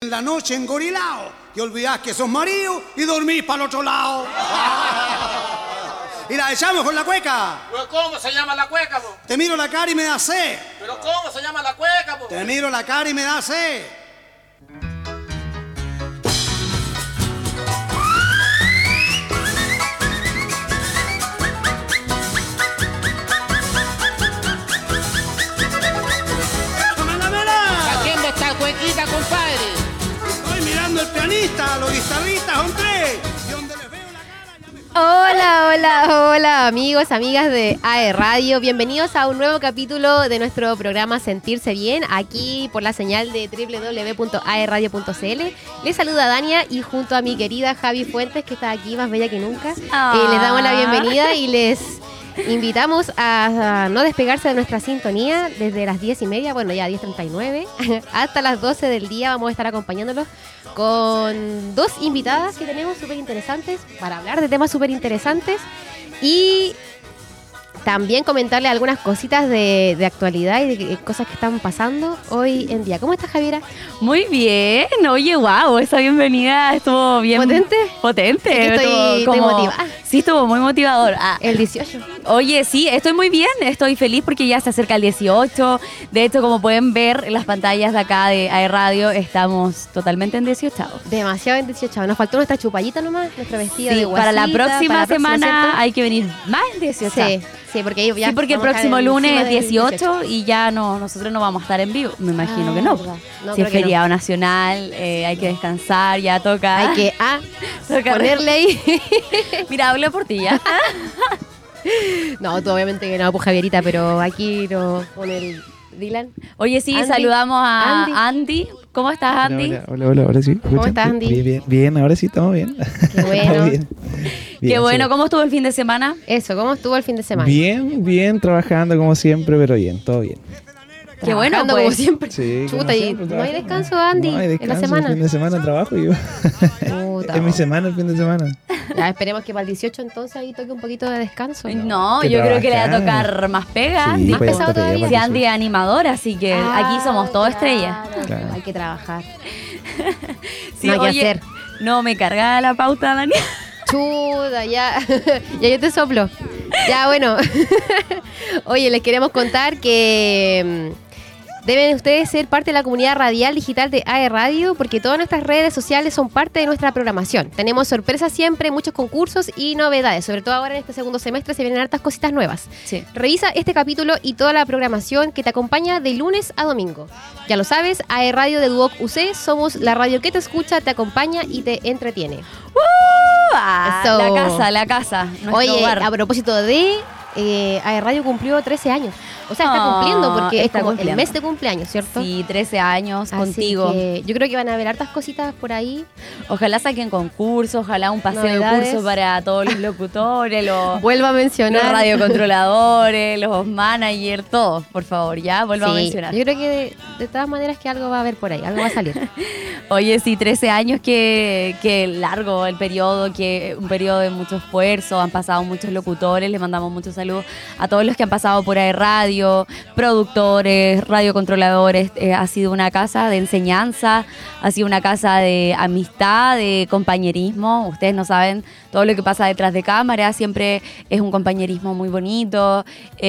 en la noche engorilao, que olvidás que sos marido y dormís para el otro lado. Y la echamos con la cueca. ¿Pero cómo se llama la cueca, po? Te miro la cara y me da sed. ¿Pero cómo se llama la cueca, po? Te miro la cara y me da sed. Haciendo esta cuequita, compadre. Estoy mirando el pianista, los guitarristas, hombre. Y donde les veo la cara ya me... Hola amigos, amigas de AE Radio. Bienvenidos a un nuevo capítulo de nuestro programa Sentirse Bien, aquí por la señal de www.aeradio.cl. Les saluda Dania y junto a mi querida Javi Fuentes, que está aquí más bella que nunca, les damos la bienvenida y les invitamos a no despegarse de nuestra sintonía desde las 10:30, bueno ya 10:39, hasta las 12 del día. Vamos a estar acompañándolos con dos invitadas que tenemos súper interesantes para hablar de temas súper interesantes y también comentarle algunas cositas de actualidad y de cosas que están pasando hoy en día. ¿Cómo estás, Javiera? Muy bien. Oye, wow, esa bienvenida estuvo bien... ¿Potente? Potente. Sí, estoy motivada. Sí, estuvo muy motivador. El 18. Oye, sí, estoy muy bien. Estoy feliz porque ya se acerca el 18. De hecho, como pueden ver en las pantallas de acá de AE Radio, estamos totalmente en 18. Demasiado en 18. Nos faltó nuestra chupallita nomás, nuestra vestida de guasita. Para la próxima semana ¿cierto? hay que venir más en 18. Sí, porque ya porque el próximo lunes es 18 y ya no, nosotros no vamos a estar en vivo. Me imagino que no. No, si es feriado nacional, hay que descansar, ya toca. Hay que ponerle ahí. Mira, hablo por ti ya. No, tú obviamente que no, pues Javierita, pero aquí no con el Dylan. Oye, sí, Andy. saludamos a Andy. ¿Cómo estás, Andy? Hola, ahora sí. ¿Cómo estás, Andy? Bien, ahora sí estamos bien. Qué bueno. Todo bien. Qué bueno, sí. ¿cómo estuvo el fin de semana? Eso, ¿cómo estuvo el fin de semana? Bien, trabajando como siempre, pero bien, todo bien. Qué bueno, Trabajando pues. como siempre. Sí, Chuta, como y siempre, no hay trabajando. descanso, Andy, No hay descanso, en la semana. El fin de semana trabajo yo. Puta, Es mi semana el fin de semana. Ya esperemos que para el 18 entonces ahí toque un poquito de descanso. No, que yo creo que le va a trabajar. tocar más pega. Sí, más pues, pesado te pega todavía. Si para Andy es animador, así que aquí somos todos estrellas. Claro. Hay que trabajar. Sí, No hay que oye, hacer. no me carga la pauta, Dani. Chuda, ya. Ya yo te soplo. Ya, bueno. Oye, les queremos contar que deben ustedes ser parte de la comunidad radial digital de AE Radio porque todas nuestras redes sociales son parte de nuestra programación. Tenemos sorpresas siempre, muchos concursos y novedades. Sobre todo ahora en este segundo semestre se vienen hartas cositas nuevas. Sí. Revisa este capítulo y toda la programación que te acompaña de lunes a domingo. Ya lo sabes, AE Radio de Duoc UC somos la radio que te escucha, te acompaña y te entretiene. Eso. La casa. Nuestro Oye, hogar. a propósito de AE Radio cumplió 13 años. O sea, está cumpliendo porque es está como cumpliendo. el mes de cumpleaños, ¿cierto? Sí, 13 años Así contigo. que yo creo que van a haber hartas cositas por ahí. Ojalá saquen concursos, ojalá un paseo de Novedades. curso para todos los locutores, los Vuelvo a los mencionar. radiocontroladores, los managers, todos, por favor, ya, vuelvo a Sí, mencionar. yo creo que de todas maneras que algo va a haber por ahí, algo va a salir. Oye, sí, 13 años que largo el periodo, que un periodo de mucho esfuerzo, han pasado muchos locutores, les mandamos muchos saludos a todos los que han pasado por AE Radio, productores, radiocontroladores. Ha sido una casa de enseñanza, ha sido una casa de amistad, de compañerismo. Ustedes no saben todo lo que pasa detrás de cámara, siempre es un compañerismo muy bonito.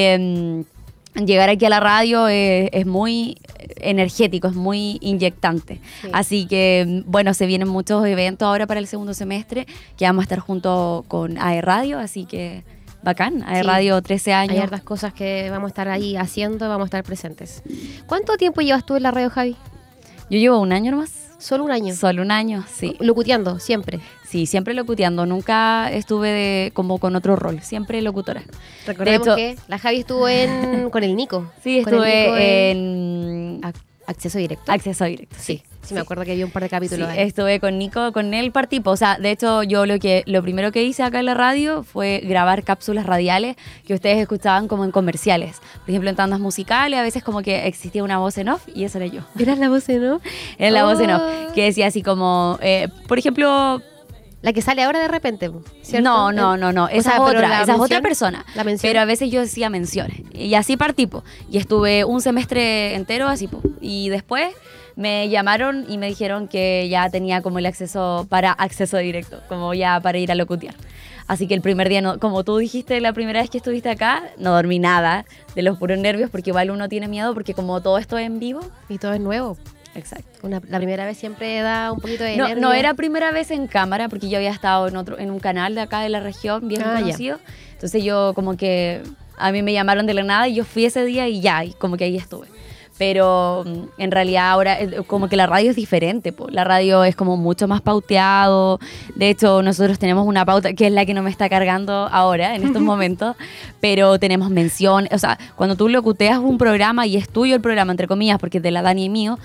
Llegar aquí a la radio es muy energético, es muy inyectante. Sí. Así que, bueno, se vienen muchos eventos ahora para el segundo semestre que vamos a estar junto con AE Radio, así que bacán. AE Sí. Radio 13 años. Hay hartas cosas que vamos a estar ahí haciendo, vamos a estar presentes. ¿Cuánto tiempo llevas tú en la radio, Javi? Yo llevo un año nomás. Solo un año. Solo un año, sí. Locuteando, siempre. Sí, siempre locuteando. Nunca estuve como con otro rol. Siempre locutora. Recordemos hecho- que la Javi estuvo con el Nico. Sí, Con el Nico estuve en Acceso Directo. Acceso Directo. Sí, sí, me acuerdo que había un par de Sí, capítulos ahí. estuve con Nico, con él participo. O sea, de hecho, yo lo primero que hice acá en la radio fue grabar cápsulas radiales que ustedes escuchaban como en comerciales. Por ejemplo, en tandas musicales, a veces como que existía una voz en off y esa era yo. ¿Era la voz, no? Era la voz en off, Oh. que decía así como, por ejemplo... La que sale ahora de repente, ¿cierto? No. Esa es pero otra, la esa es otra mención, persona. La mención. Pero a veces yo decía menciones. Y así partí, po. Y estuve un semestre entero así, po. Y después me llamaron y me dijeron que ya tenía como el acceso directo, como ya para ir a locutear. Así que el primer día, como tú dijiste la primera vez que estuviste acá, no dormí nada de los puros nervios, porque igual uno tiene miedo, porque como todo esto es en vivo. Y todo es nuevo. Exacto. La primera vez siempre da un poquito de nervio. No era primera vez en cámara, porque yo había estado en un canal de acá de la región, bien conocido. Ya. Entonces yo como que a mí me llamaron de la nada y yo fui ese día y como que ahí estuve. Pero en realidad ahora como que la radio es diferente, po. La radio es como mucho más pauteado. De hecho, nosotros tenemos una pauta que es la que no me está cargando ahora, en estos momentos, pero tenemos menciones. O sea, cuando tú locuteas un programa y es tuyo el programa, entre comillas, porque es de la Dani y mío,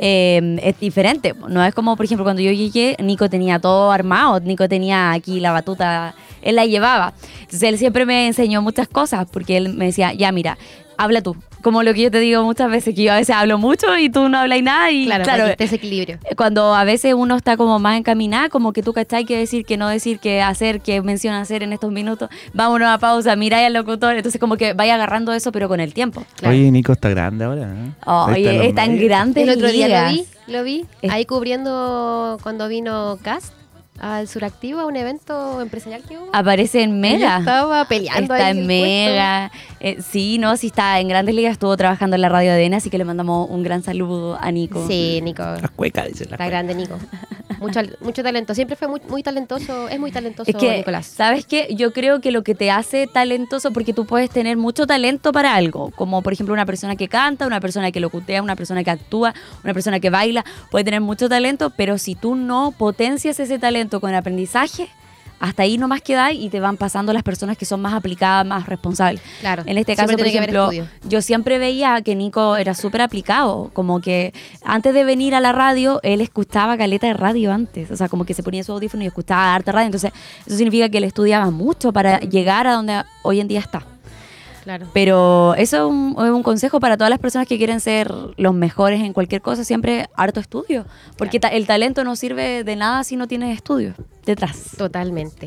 es diferente. No es como, por ejemplo, cuando yo llegué, Nico tenía todo armado, Nico tenía aquí la batuta, él la llevaba. Entonces él siempre me enseñó muchas cosas, porque él me decía, ya mira, habla tú. Como lo que yo te digo muchas veces, que yo a veces hablo mucho y tú no hablas nada. Y claro ese equilibrio. Cuando a veces uno está como más encaminada, como que tú cachai que decir, que no decir, que hacer, que menciona hacer en estos minutos. Vámonos a pausa, mira al locutor. Entonces como que vaya agarrando eso, pero con el tiempo. Claro. Oye, Nico está grande ahora, ¿eh? Oye, está en grandes El otro día ligas. lo vi. Ahí cubriendo cuando vino Cast al Suractivo, a un evento empresarial que hubo. Aparece en Mega. Estaba peleando. Está en Mega. Sí, está en grandes ligas. Estuvo trabajando en la radio ADN, así que le mandamos un gran saludo a Nico. Sí, Nico. La cueca, dice la Está cueca. grande, Nico. Mucho talento. Siempre fue muy talentoso. Es muy talentoso, Es que, Nicolás. ¿sabes qué? Yo creo que lo que te hace talentoso, porque tú puedes tener mucho talento para algo, como por ejemplo una persona que canta, una persona que locutea, una persona que actúa, una persona que baila, puede tener mucho talento, pero si tú no potencias ese talento con aprendizaje, hasta ahí nomás queda y te van pasando las personas que son más aplicadas, más responsables. Claro. En este caso, Siempre por tiene que haber ejemplo, estudio. yo siempre veía que Nico era súper aplicado, como que antes de venir a la radio, él escuchaba caleta de radio antes, o sea, como que se ponía su audífono y escuchaba harta radio, entonces eso significa que él estudiaba mucho para llegar a donde hoy en día está. Claro. Pero eso es un consejo para todas las personas que quieren ser los mejores en cualquier cosa, siempre harto estudio, porque el talento no sirve de nada si no tienes estudios detrás. Totalmente.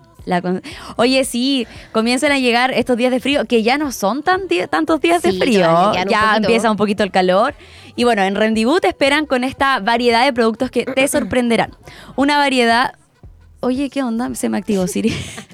Oye, sí, comienzan a llegar estos días de frío, que ya no son tantos días de Sí, frío, ya empieza un poquito el calor. Y bueno, en Rendezvous te esperan con esta variedad de productos que te sorprenderán. Una variedad... Oye, ¿qué onda? Se me activó Siri.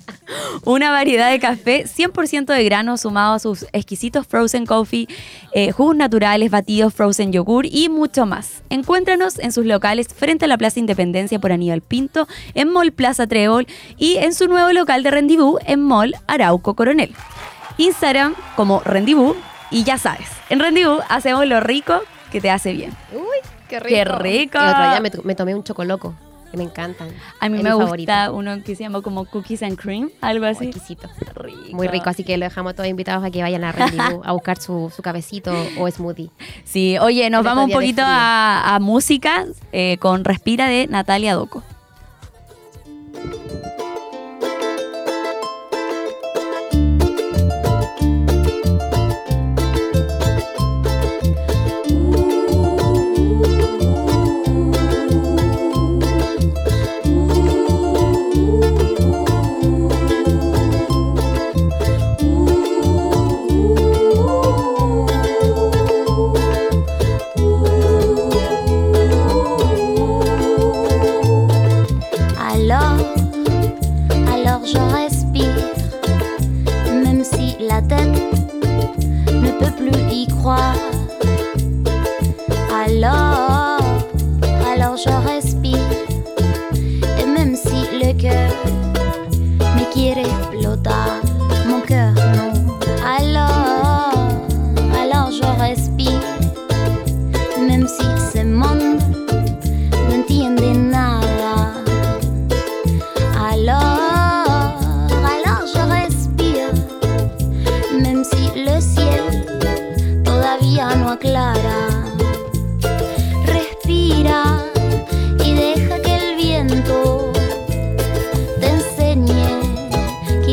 Una variedad de café 100% de grano sumado a sus exquisitos frozen coffee, jugos naturales, batidos, frozen yogur y mucho más. Encuéntranos en sus locales frente a la Plaza Independencia por Aníbal Pinto, en Mall Plaza Trébol y en su nuevo local de Rendezvous en Mall Arauco Coronel. Instagram como Rendezvous y ya sabes, en Rendezvous hacemos lo rico que te hace bien. Uy, qué rico. ¡Qué rico! El otro día me tomé un chocoloco, que me encantan. A mí Es me mi gusta favorito. uno que se llama como Cookies and Cream, algo así. Exquisito. Rico. Muy rico, así que lo dejamos a todos invitados a que vayan a Rendezvous a buscar su cafecito o smoothie. Sí, oye, nos En vamos un estos días de poquito frío. a música con Respira de Natalia Doco. Alors je respire, même si la tête ne peut plus y croire. Alors je respire, et même si le cœur me quiere explotar, mon cœur non. Alors je respire, même si ce monde no entiende nada. Alors je respire, même si le ciel todavía no aclara. Respira y deja que el viento te enseñe que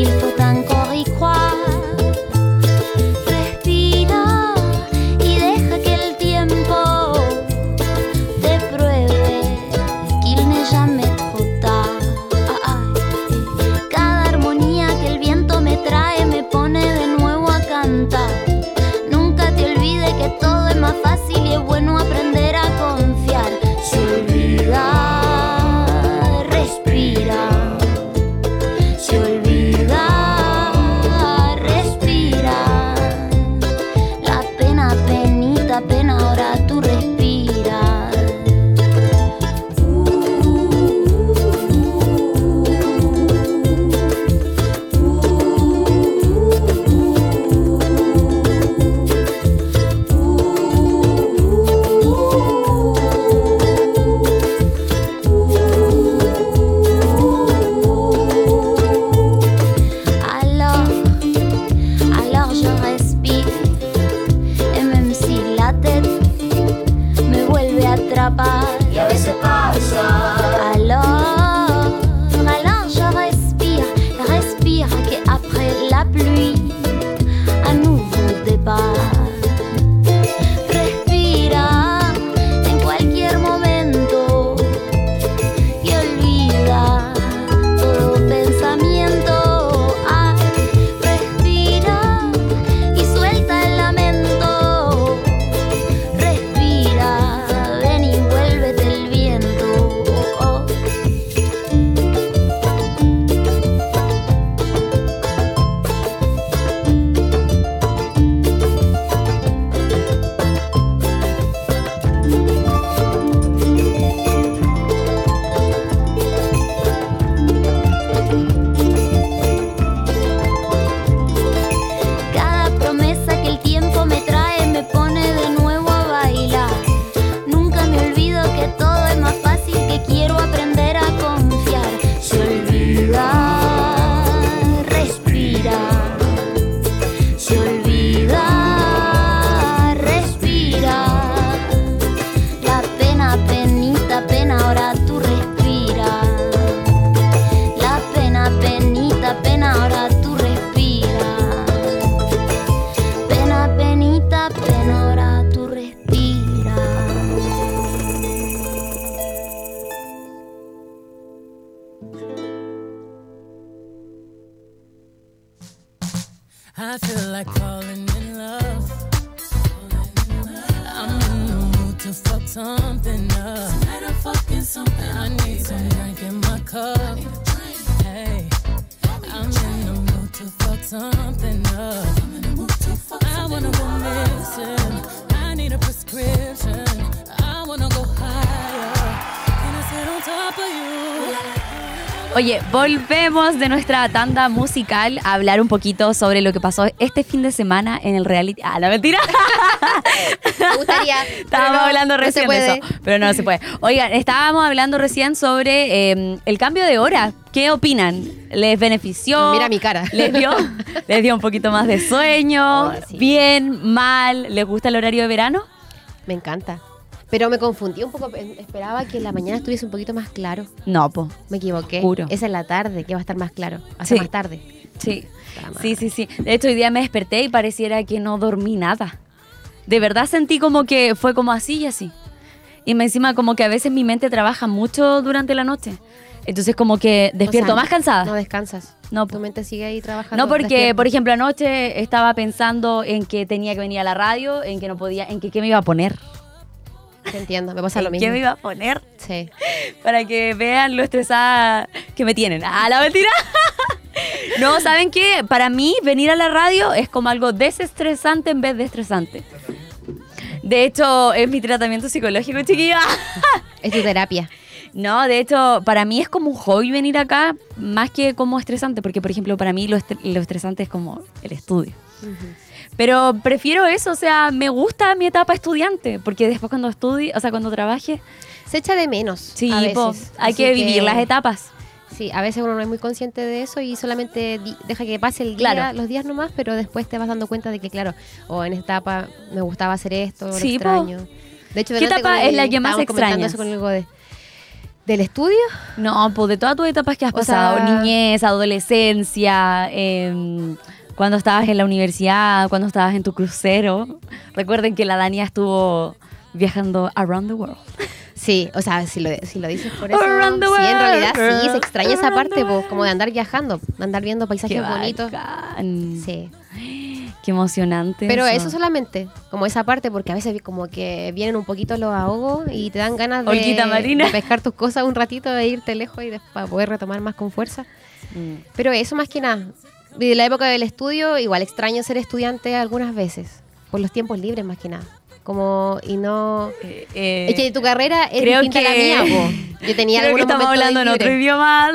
Alors je respire qu'après la pluie, un nouveau départ. Respira en cualquier momento y olvida todo pensamiento. Ay, respira y suelta el lamento. Respira, ven y vuélvete el viento. Oh. Cada promesa que el tiempo me trae me pone de nuevo a bailar. Nunca me olvido que todo es más fácil, que quiero aprender a confiar. Se olvida, respira. Se olvida, respira. La pena, penita, pena, ahora tú respira. La pena, penita, pena, ahora tú respira. Pena, penita, pena, ahora tú respira. I feel like falling in love. I'm in the mood to fuck something up. I need some drink in my cup. Hey, I'm in the mood to fuck something up. I wanna go missing. I need a prescription. I wanna go higher. Can I sit on top of you? Oye, volvemos de nuestra tanda musical a hablar un poquito sobre lo que pasó este fin de semana en el reality. Ah, la mentira. Me gustaría. Estábamos hablando recién de eso, pero no se puede. Oigan, estábamos hablando recién sobre el cambio de hora. ¿Qué opinan? ¿Les benefició? Mira mi cara. ¿Les dio un poquito más de sueño? Oh, sí. ¿Bien? ¿Mal? ¿Les gusta el horario de verano? Me encanta. Pero me confundí un poco. Esperaba que en la mañana estuviese un poquito más claro. No, po. Me equivoqué. Juro. Es en la tarde que va a estar más claro. Hasta Sí. más tarde. Sí. Puta Sí, madre. sí, sí. De hecho, hoy día me desperté y pareciera que no dormí nada. De verdad sentí como que fue como así y así. Y me encima como que a veces mi mente trabaja mucho durante la noche. Entonces como que despierto O sea, más cansada. No descansas. No, Tu mente sigue ahí trabajando. No, porque, despierta. por ejemplo, anoche estaba pensando en que tenía que venir a la radio, en que no podía, en que qué me iba a poner. Te entiendo, me pasa lo ¿En mismo. qué me iba a poner? Sí. Para que vean lo estresada que me tienen. ¡Ah, la mentira! No, ¿saben qué? Para mí, venir a la radio es como algo desestresante en vez de estresante. De hecho, es mi tratamiento psicológico, chiquilla. Es tu terapia. No, de hecho, para mí es como un hobby venir acá, más que como estresante, porque, por ejemplo, para mí lo estresante es como el estudio. Pero prefiero eso, o sea, me gusta mi etapa estudiante, porque después cuando estudie, o sea, cuando trabaje, Se echa de menos. sí, a veces. po, hay Así que vivir las etapas. Sí, a veces uno no es muy consciente de eso y solamente deja que pase el día, Claro. los días nomás, pero después te vas dando cuenta de que, claro, o en esta etapa me gustaba hacer esto, lo Sí, po. extraño. De hecho, ¿Qué delante etapa con es la que más estábamos comentando extrañas? eso con algo del estudio. No, pues de todas tus etapas que has O pasado, sea- niñez, adolescencia, cuando estabas en la universidad, cuando estabas en tu crucero. Recuerden que la Dania estuvo viajando around the world. Sí, o sea, si lo dices por eso, Around the sí, en world, realidad sí, girl. se extraña esa Around parte, the po, como de andar viajando, andar viendo paisajes bonitos. bacán. Sí. Qué emocionante. Pero eso solamente, como esa parte, porque a veces como que vienen un poquito los ahogos y te dan ganas Olquita marina. de pescar tus cosas un ratito, de irte lejos y para poder retomar más con fuerza. Mm. Pero eso más que nada. De la época del estudio, igual extraño ser estudiante algunas veces, por los tiempos libres más que nada. Como, y no... Es que tu carrera es creo distinta a la que- mía, po. Yo tenía Creo que algunos estamos momentos hablando en otro libres. idioma.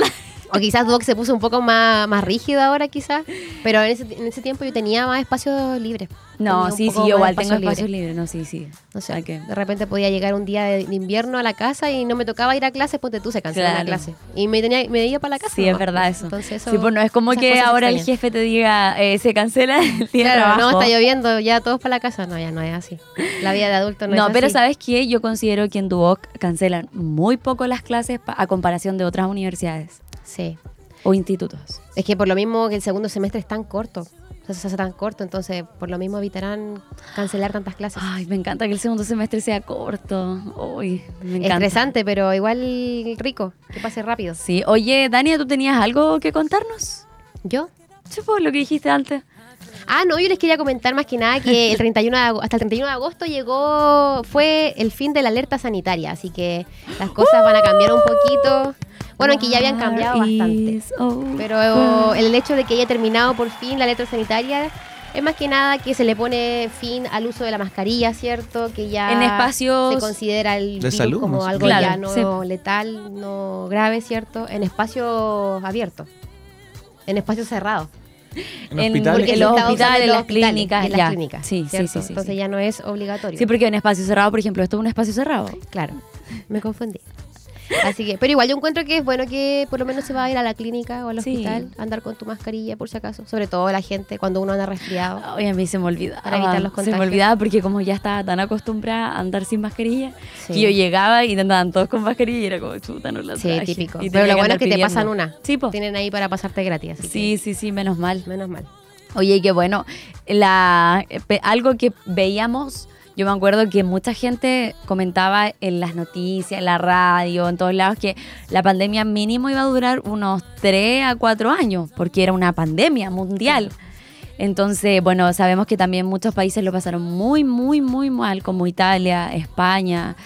O quizás Duoc se puso un poco más rígido ahora, quizás. Pero en ese tiempo yo tenía más espacio libre. No, Tenía un sí, poco sí, yo más igual tengo espacio espacios libres. No, sí. No sé, Hay que- de repente podía llegar un día de invierno a la casa y no me tocaba ir a clase, ponte tú, se canceló la Claro. clase. Y me iba para la casa. Sí, es nomás, verdad pues. eso. Entonces eso Sí, pues no es como esas que cosas ahora el extrañas. jefe te diga, se cancela el día de Claro, trabajo. no, está lloviendo, ya todos para la casa. No, ya no es así. La vida de adulto no, No, es pero así. ¿sabes qué? Yo considero que en Duoc cancelan muy poco las clases a comparación de otras universidades Sí. o institutos. Es que por lo mismo que el segundo semestre es tan corto. O sea, se hace tan corto, entonces por lo mismo evitarán cancelar tantas clases. Ay, me encanta que el segundo semestre sea corto. Uy, me encanta. Estresante, pero igual rico, que pase rápido. Sí, oye, Dania, ¿tú tenías algo que contarnos? ¿Yo? Sí, pues lo que dijiste antes. No, yo les quería comentar más que nada que hasta el 31 de agosto fue el fin de la alerta sanitaria, así que las cosas van a cambiar un poquito. Bueno, aunque ya habían cambiado bastante. Pero el hecho de que haya terminado por fin la alerta sanitaria es más que nada que se le pone fin al uso de la mascarilla, ¿cierto? Que ya En espacios se considera el de virus salud, como ¿no? algo Claro, ya no sí. letal, no grave, ¿cierto? En espacios abiertos, en espacios cerrados. En En- hospitales. Porque en se los está usando hospitales, en las los hospitales clínicas, y en las ya. clínicas, Sí, ¿cierto? sí. Entonces ya no es obligatorio. Sí, porque en espacio cerrado, por ejemplo, esto es un espacio cerrado. Claro, me confundí. Así que, pero igual yo encuentro que es bueno que por lo menos se va a ir a la clínica o al Sí. hospital, a andar con tu mascarilla por si acaso, sobre todo la gente cuando uno anda resfriado. Ay, a mí se me olvidaba. Para evitar los Se contagios. me olvidaba porque como ya estaba tan acostumbrada a andar sin mascarilla, Sí. que yo llegaba y andaban todos con mascarilla y era como, chuta, no la Sí, traje. típico. Y Pero tenía lo bueno andar es que te pidiendo. pasan una. Sí, po. Tienen ahí para pasarte gratis, así Sí, menos mal. que menos mal. Oye, qué bueno. Algo que veíamos, yo me acuerdo que mucha gente comentaba en las noticias, en la radio, en todos lados, que la pandemia mínimo iba a durar unos 3 a 4 años, porque era una pandemia mundial. Entonces, bueno, sabemos que también muchos países lo pasaron muy, muy, muy mal, como Italia, España.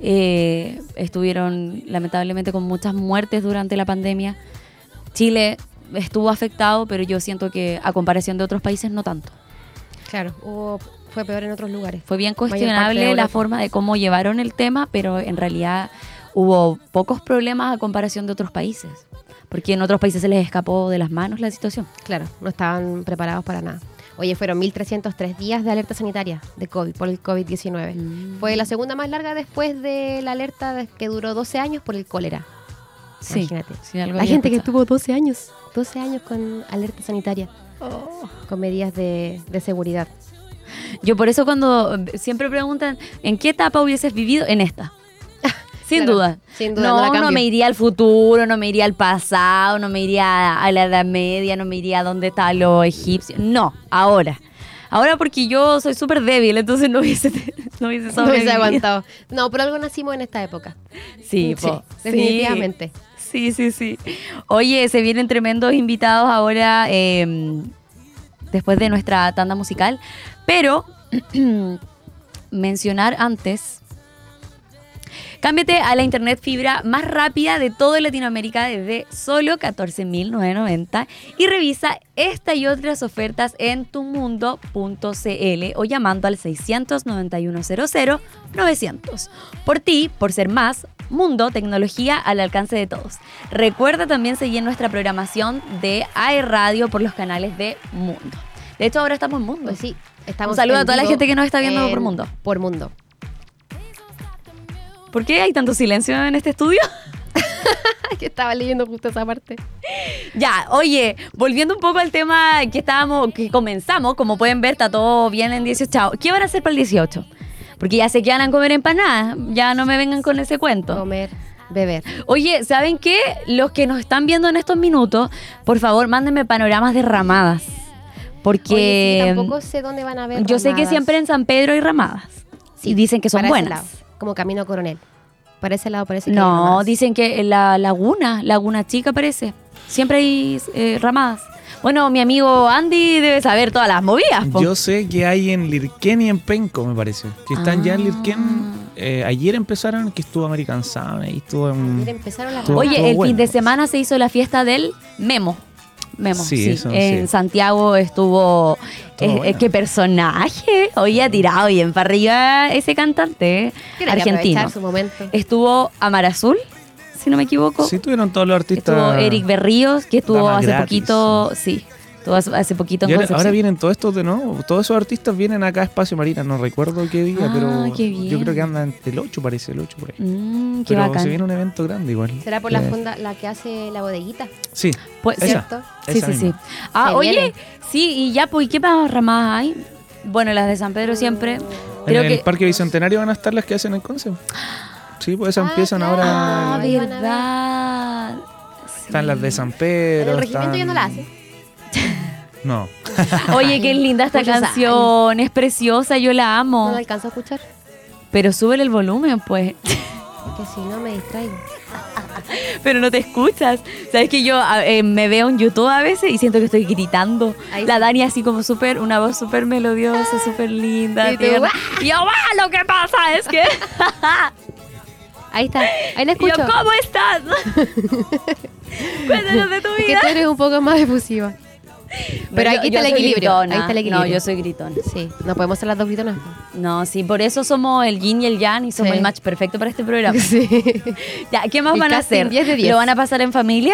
Estuvieron lamentablemente con muchas muertes durante la pandemia. Chile estuvo afectado, pero yo siento que a comparación de otros países no tanto. Claro, fue peor en otros lugares. Fue bien Mayor parte de cuestionable la Europa. forma de cómo llevaron el tema, pero en realidad hubo pocos problemas a comparación de otros países, porque en otros países se les escapó de las manos la situación. Claro, no estaban preparados para nada. Oye, fueron 1.303 días de alerta sanitaria de COVID, por el COVID-19. Fue la segunda más larga después de la alerta que duró 12 años por el cólera. Sí, Imagínate. sí, algo La había gente que escuchado. estuvo 12 años con alerta sanitaria, con medidas de seguridad. Yo por eso cuando siempre preguntan, ¿en qué etapa hubieses vivido? En esta. Sin Claro, duda. sin duda, no la No, cambio. me iría al futuro, no me iría al pasado, no me iría a la Edad Media, no me iría a donde estaban los egipcios. No, ahora. Ahora porque yo soy súper débil, entonces no hubiese No hubiese sobrevivido. aguantado. No, por algo nacimos en esta época. Sí, po. definitivamente. Sí. Oye, se vienen tremendos invitados ahora después de nuestra tanda musical, pero mencionar antes, cámbiate a la internet fibra más rápida de toda Latinoamérica desde solo 14.990 y revisa esta y otras ofertas en tumundo.cl o llamando al 691-00-900. Por ti, por ser más, Mundo, tecnología al alcance de todos. Recuerda también seguir nuestra programación de AE Radio por los canales de Mundo. De hecho, ahora estamos en Mundo. Pues sí, estamos Un saludo en a toda la vivo gente que nos está viendo por en- Mundo. Por Mundo. ¿Por qué hay tanto silencio en este estudio? Que estaba leyendo justo esa parte. Ya, oye, volviendo un poco al tema que comenzamos, como pueden ver, está todo bien en 18. ¿Qué van a hacer para el 18? Porque ya sé que van a comer empanadas, ya no me vengan con ese cuento. Comer, beber. Oye, ¿saben qué? Los que nos están viendo en estos minutos, por favor, mándenme panoramas de ramadas. Porque Oye, sí, tampoco sé dónde van a ver yo sé que ramadas. siempre en San Pedro hay ramadas. Sí, Y dicen que son para ese buenas. lado, como Camino Coronel. Para ese lado parece que hay No, ramadas. dicen que en la Laguna Chica parece. Siempre hay ramadas. Bueno, mi amigo Andy debe saber todas las movidas, po. Yo sé que hay en Lirquén y en Penco, me parece. Que están ya en Ah. Lirquén. Ayer empezaron, que estuvo American Sound, ahí estuvo en... Mira, empezaron las Todo- Oye, todo el bueno. fin de semana se hizo la fiesta del Memo. Sí, eso, En sí. Santiago estuvo... Todo bueno. ¡Qué personaje! Oye, ha tirado bien para arriba ese cantante Tiene que argentino. aprovechar su momento. Estuvo Amar Azul, si no me equivoco. Sí, tuvieron todos los artistas. Estuvo Eric Berríos, que estuvo damas hace gratis. poquito, sí, estuvo hace poquito en Y Concepción. ahora vienen todos estos de nuevo. Todos esos artistas vienen acá a Espacio Marina. No recuerdo qué día, Ah, pero qué bien. yo creo que andan el 8, parece, el 8 por ahí. Qué Pero bacán. se viene un evento grande igual. ¿Será por la fonda la que hace la bodeguita? Sí, Pues, esa. ¿Cierto? Sí, Esa sí, sí. misma. Ah, Se oye, viene. sí, y ya, pues, ¿y qué más ramas hay? Bueno, las de San Pedro siempre. En Creo el que... Parque Bicentenario van a estar las que hacen en Conce. Sí, pues esas empiezan claro. ahora. Ahí van a ver. verdad. Están las de San En Pedro. el regimiento están- ya no la hace. No. Oye, qué linda esta Muchos canción, es preciosa, yo la No amo. la alcanzo a escuchar. Pero súbele el volumen, pues. Que si no me distraigo. Pero no te escuchas. Sabes que yo me veo en YouTube a veces y siento que estoy gritando. Ahí La sí. Dani así como súper, una voz súper melodiosa, súper linda. Y tú, tierna. ¡ah! Y yo, lo que pasa es que... Ahí está. Ahí la Y yo, escucho. ¿cómo estás? Cuéntanos de tu Que vida. tú eres un poco más efusiva. Pero yo- aquí yo está el soy equilibrio. gritona. Ahí está el equilibrio. No, yo soy gritona. Sí, no podemos ser las dos gritonas. No, sí, por eso somos el yin y el yang y somos Sí. el match perfecto para este programa. Sí. Ya, ¿qué más El van a casting hacer? 10 de 10. ¿Lo van a pasar en familia?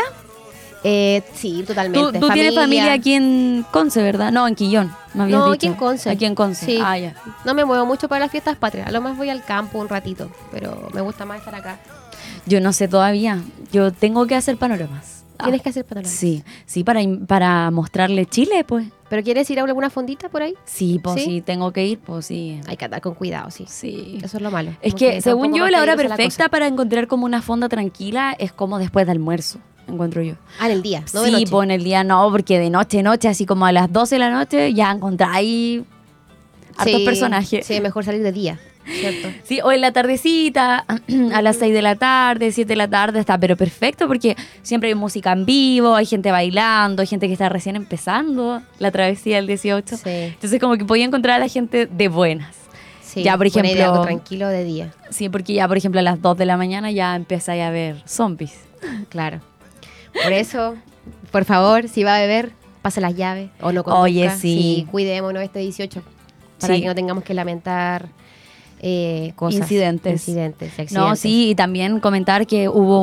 Sí, totalmente. Tú tienes familia aquí en Conce, ¿verdad? No, en Quillón, me habías No, dicho. aquí en Conce. Aquí en Conce. Sí. Ah, ya. No me muevo mucho para las fiestas patrias. A lo más voy al campo un ratito. Pero me gusta más estar acá. Yo no sé todavía. Yo tengo que hacer panoramas. Tienes que hacer panorama. Sí, sí, para mostrarle Chile, pues. ¿Pero quieres ir a alguna fondita por ahí? Sí, pues ¿Sí? sí, tengo que ir, pues sí. Hay que andar con cuidado, sí. Sí. Eso es lo malo. Es Como que, está un según poco yo, más la hora peligrosa perfecta cosa. para encontrar como una fonda tranquila es como después de almuerzo, encuentro yo. Ah, en el día, no de Sí, noche. pues en el día no, porque de noche, así como a las 12 de la noche, ya encontráis hartos Sí, personajes. Sí, mejor salir de día, ¿cierto? Sí, o en la tardecita, a las 6 de la tarde, 7 de la tarde, está pero perfecto porque siempre hay música en vivo, hay gente bailando, hay gente que está recién empezando la travesía del 18. Sí. Entonces como que podía encontrar a la gente de buenas. Sí, Ya, por buena idea, ejemplo- algo tranquilo de día, Sí, porque ya, por ejemplo, a las 2 de la mañana ya empezáis a ver zombies. claro. Por eso, por favor, si va a beber, pase las llaves o no conduzca. Oye, sí. Cuidémonos este 18 para Sí. que no tengamos que lamentar cosas. Incidentes. y accidentes. No, sí, y también comentar que hubo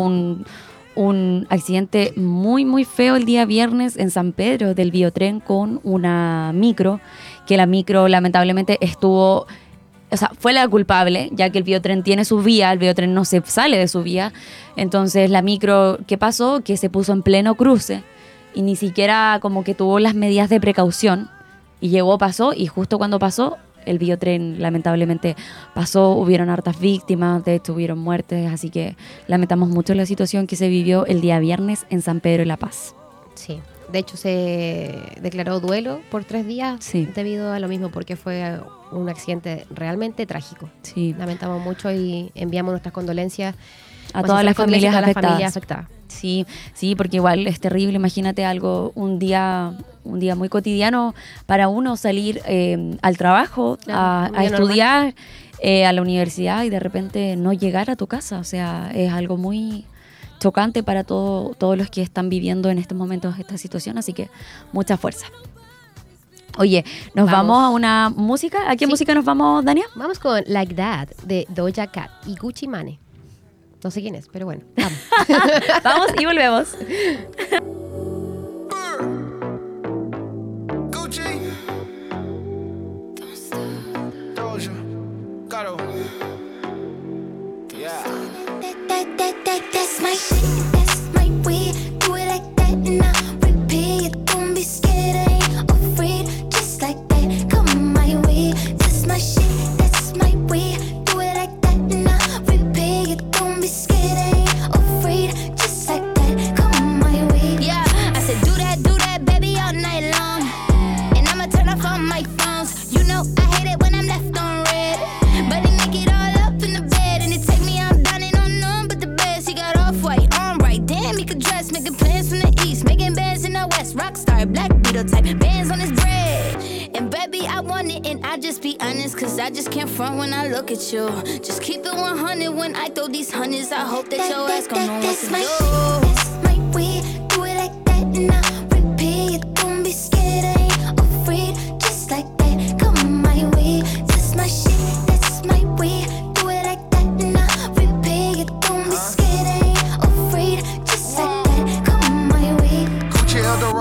un accidente muy, muy feo el día viernes en San Pedro del biotren con una micro, que la micro lamentablemente estuvo, o sea, fue la culpable, ya que el biotren tiene su vía, el biotren no se sale de su vía. Entonces la micro, ¿qué pasó? Que se puso en pleno cruce y ni siquiera como que tuvo las medidas de precaución y llegó, pasó, y justo cuando pasó, el biotren lamentablemente pasó, hubieron hartas víctimas, de hecho hubieron muertes, así que lamentamos mucho la situación que se vivió el día viernes en San Pedro de la Paz. Sí. De hecho, se declaró duelo por 3 días Sí. debido a lo mismo, porque fue un accidente realmente trágico. Sí, Lamentamos mucho y enviamos nuestras condolencias a más todas las sinceras condolencias familias a todas las afectadas. familias afectadas. Sí, sí, porque igual es terrible, imagínate algo, un día muy cotidiano para uno salir al trabajo, Claro, un a día estudiar, a la universidad y de repente no llegar a tu casa. O sea, es algo muy chocante para todos los que están viviendo en estos momentos esta situación, así que mucha fuerza. Oye, nos vamos a una música. ¿A qué Sí. música nos vamos, Dania? Vamos con Like That de Doja Cat y Gucci Mane. No sé quién es, pero bueno, vamos. Vamos y volvemos. Gucci. Doja. Gato. Yeah. That's my shit, that's my way. Do it like that and I'll repeat it. Don't be scared, I ain't afraid. Just like that, come my way. That's my shit, that's my way. Do it like that and I'll repeat it. Don't be scared, I ain't afraid. Just like that, come my way. Yeah, I said do that, baby, all night long. And I'ma turn off all my phones. You know I hate it when I'm left on red. But he make it all up in the bed. And it take me out down and on none but the best. He got off-white, on right. Damn, he could dress. Making plans from the east. Making bands in the west. Rockstar, black beetle type. Bands on his bread. And baby, I want it and I just be honest. Cause I just can't front when I look at you. Just keep it 100 when I throw these hundreds. I hope that your ass gon' know what to do. That's my way. Do it like that and I'll repeat it. Don't be scared, I ain't afraid. Just like that, come my way. That's my shit, that's my way. Do it like that and I'll repeat it. Don't be scared, I ain't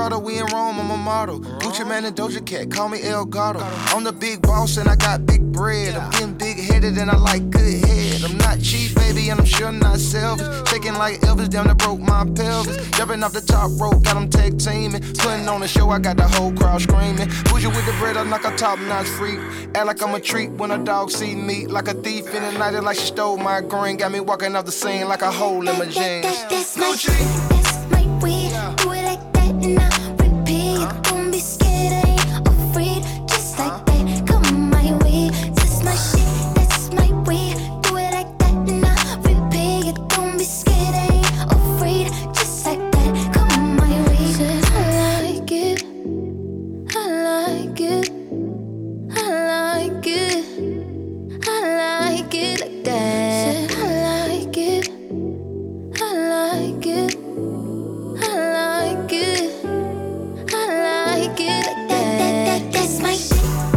Prada, we in Rome, I'm a model. Gucci Man and Doja Cat, call me El Gato. I'm the big boss and I got big bread. I'm getting big-headed and I like good head. I'm not cheap, baby, and I'm sure not selfish. Shaking like Elvis, down that broke my pelvis. Jumping off the top rope, got them tag teaming. Putting on a show, I got the whole crowd screaming. Bougie with the bread, I'm like a top-notch freak. Act like I'm a treat when a dog see me. Like a thief in the night, like she stole my green. Got me walking off the scene like a hole in my jeans. That's my way. Do it like that and I repeat. Don't be scared, I ain't afraid. Just like that, come my way. That's my shit, that's my way. Do it like that and I repeat. Don't be scared, I ain't afraid. Just like that, come my way. Said I like it, I like it, I like it, I like it like that. Said I like it, I like it. I like it like that. That's my shit.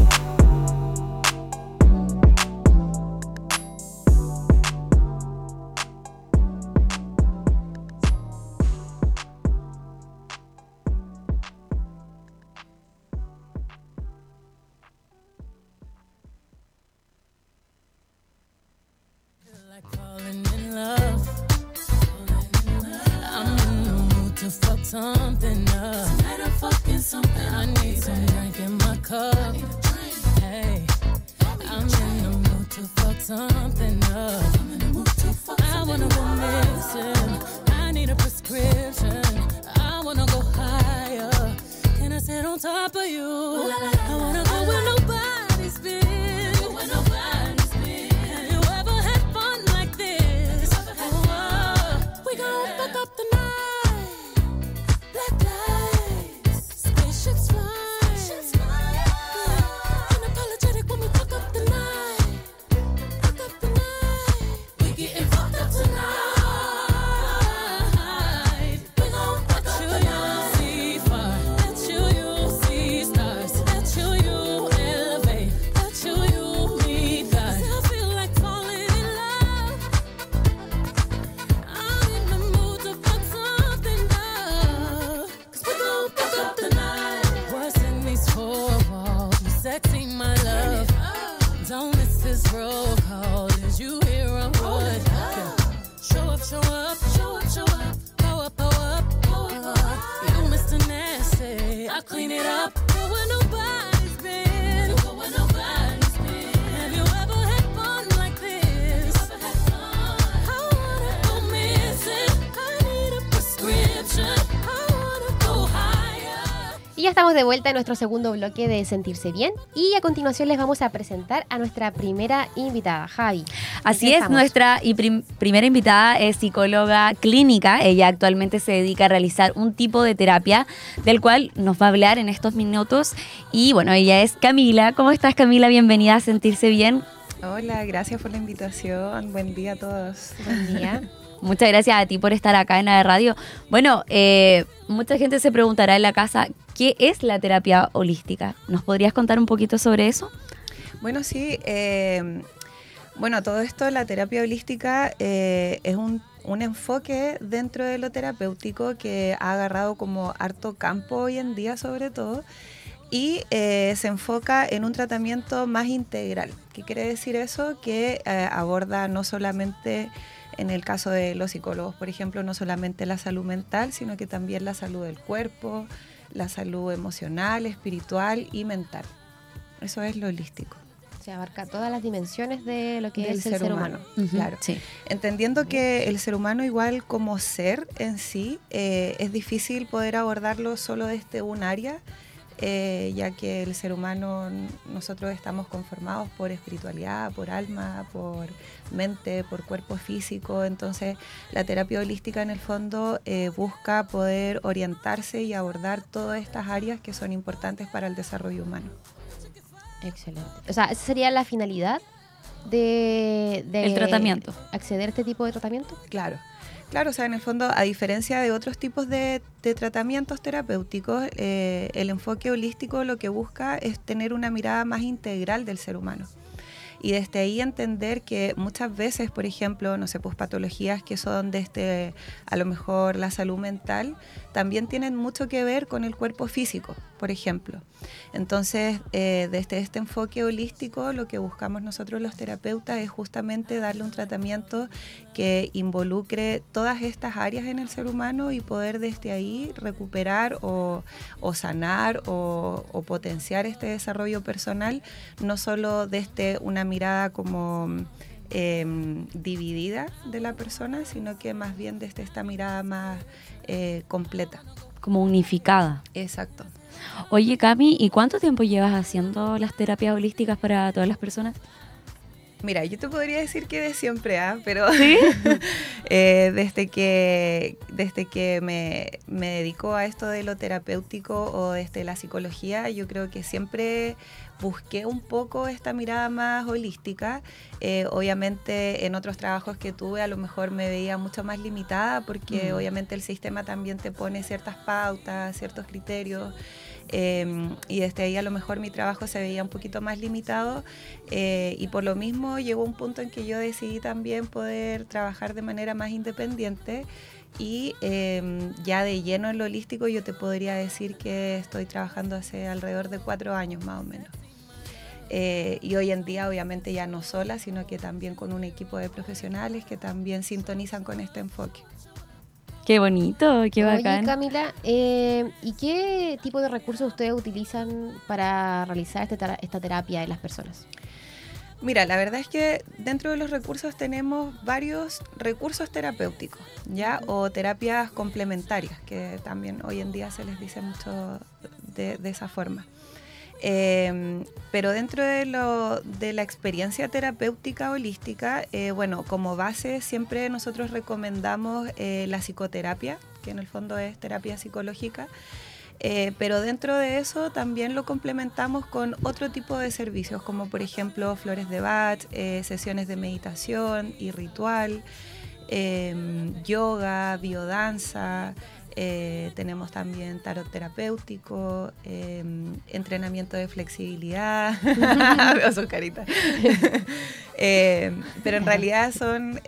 Like falling in love. I'm in the mood to fuck something up. Tonight I'm fucking something. I need some drink in my cup. Hey, I'm in the mood to fuck something up. I wanna go missing. I need a prescription. I wanna go higher. Can I sit on top of you? I wanna go where nobody's been. Have you ever had fun like this? We gon' fuck up the night. Black lights, spaceships fly. Unapologetic when we fuck up the night. Fuck up the night. We getting fucked up tonight. We gon' fuck up the night. See fire, let you see stars. Let you elevate. Let you meet God. I feel like falling in love. I'm in the mood to fuck something up. 'Cause we gon' fuck up the night. What's in these four walls? You sexy, my love. Don't miss this roll call. Did you hear a word? Show up, show up, show up, show up. Go up, go up, go up. You Mr. Nasty, I clean it up. Go where nobody's been. Go where nobody's been. Have you ever had fun like this? I wanna go missing. I need a prescription. I wanna go higher. Y ya estamos de vuelta en nuestro segundo bloque de Sentirse Bien. Y a continuación les vamos a presentar a nuestra primera invitada, Javi. Así es, nuestra primera invitada es psicóloga clínica. Ella actualmente se dedica a realizar un tipo de terapia del cual nos va a hablar en estos minutos. Y bueno, ella es Camila. ¿Cómo estás, Camila? Bienvenida a Sentirse Bien. Hola, gracias por la invitación. Buen día a todos. Buen día. Muchas gracias a ti por estar acá en la radio. Bueno, mucha gente se preguntará en la casa, ¿qué es la terapia holística? ¿Nos podrías contar un poquito sobre eso? Bueno, sí. Bueno, todo esto, la terapia holística es un enfoque dentro de lo terapéutico que ha agarrado como harto campo hoy en día sobre todo y se enfoca en un tratamiento más integral. ¿Qué quiere decir eso? Que aborda no solamente, en el caso de los psicólogos, por ejemplo, no solamente la salud mental, sino que también la salud del cuerpo, la salud emocional, espiritual y mental. Eso es lo holístico. Se abarca todas las dimensiones de lo que Del es el ser humano. Claro. Sí. Entendiendo que el ser humano igual como ser en sí, es difícil poder abordarlo solo desde un área, ya que el ser humano, nosotros estamos conformados por espiritualidad, por alma, por mente, por cuerpo físico. Entonces la terapia holística en el fondo busca poder orientarse y abordar todas estas áreas que son importantes para el desarrollo humano. Excelente. O sea, esa sería la finalidad de El tratamiento. ¿Acceder a este tipo de tratamiento? Claro. Claro, o sea, en el fondo, a diferencia de otros tipos de tratamientos terapéuticos, el enfoque holístico lo que busca es tener una mirada más integral del ser humano. y desde ahí entender que muchas veces, por ejemplo, no sé, pues patologías que son desde a lo mejor la salud mental, también tienen mucho que ver con el cuerpo físico, por ejemplo. Entonces, desde este enfoque holístico, lo que buscamos nosotros los terapeutas es justamente darle un tratamiento que involucre todas estas áreas en el ser humano y poder desde ahí recuperar o sanar o potenciar este desarrollo personal, no solo desde una mirada como dividida de la persona, sino que más bien desde esta mirada más completa. Como unificada. Exacto. Oye, Cami, ¿y cuánto tiempo llevas haciendo las terapias holísticas para todas las personas? Mira, yo te podría decir que de siempre, pero ¿Sí? desde que me dedico a esto de lo terapéutico o desde la psicología, yo creo que siempre busqué un poco esta mirada más holística. Obviamente en otros trabajos que tuve a lo mejor me veía mucho más limitada porque obviamente el sistema también te pone ciertas pautas, ciertos criterios. Y desde ahí a lo mejor mi trabajo se veía un poquito más limitado y por lo mismo llegó un punto en que yo decidí también poder trabajar de manera más independiente y ya de lleno en lo holístico yo te podría decir que estoy trabajando hace alrededor de 4 años más o menos. Y hoy en día obviamente ya no sola, sino que también con un equipo de profesionales que también sintonizan con este enfoque. Qué bonito, qué bacán. Oye, Camila, ¿y qué tipo de recursos ustedes utilizan para realizar esta terapia de las personas? Mira, la verdad es que dentro de los recursos tenemos varios recursos terapéuticos, ¿ya? O terapias complementarias, que también hoy en día se les dice mucho de esa forma. Pero dentro de la experiencia terapéutica holística, bueno, como base siempre nosotros recomendamos la psicoterapia, que en el fondo es terapia psicológica, pero dentro de eso también lo complementamos con otro tipo de servicios, como por ejemplo flores de Bach, sesiones de meditación y ritual, yoga, biodanza. Tenemos también tarot terapéutico, entrenamiento de flexibilidad. Veo sus caritas. Pero en realidad son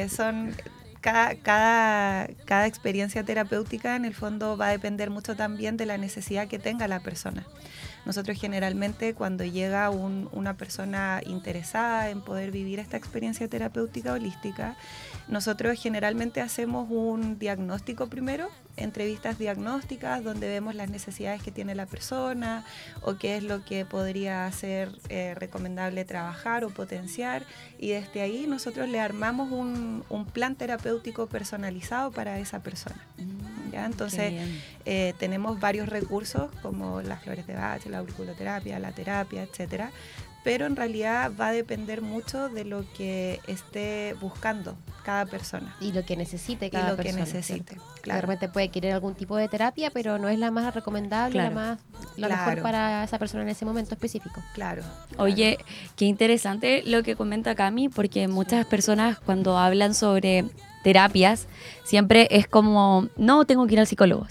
cada experiencia terapéutica en el fondo va a depender mucho también de la necesidad que tenga la persona. Nosotros generalmente cuando llega una persona interesada en poder vivir esta experiencia terapéutica holística, nosotros generalmente hacemos un diagnóstico primero, entrevistas diagnósticas donde vemos las necesidades que tiene la persona o qué es lo que podría ser recomendable trabajar o potenciar, y desde ahí nosotros le armamos un plan terapéutico personalizado para esa persona. ¿Ya? Entonces tenemos varios recursos como las flores de Bach, la auriculoterapia, la terapia, etcétera, pero en realidad va a depender mucho de lo que esté buscando cada persona. Y lo que necesite cada persona. Claro. De repente puede querer algún tipo de terapia, pero no es la más recomendable, Claro. la mejor para esa persona en ese momento específico. Claro. Oye, qué interesante lo que comenta Cami, porque muchas personas cuando hablan sobre terapias, siempre es como, no, tengo que ir al psicólogo.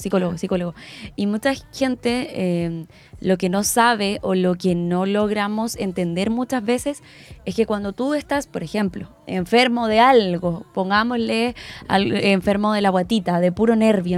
Y mucha gente lo que no sabe o lo que no logramos entender muchas veces es que cuando tú estás, por ejemplo, enfermo de algo, pongámosle enfermo de la guatita, de puro nervio,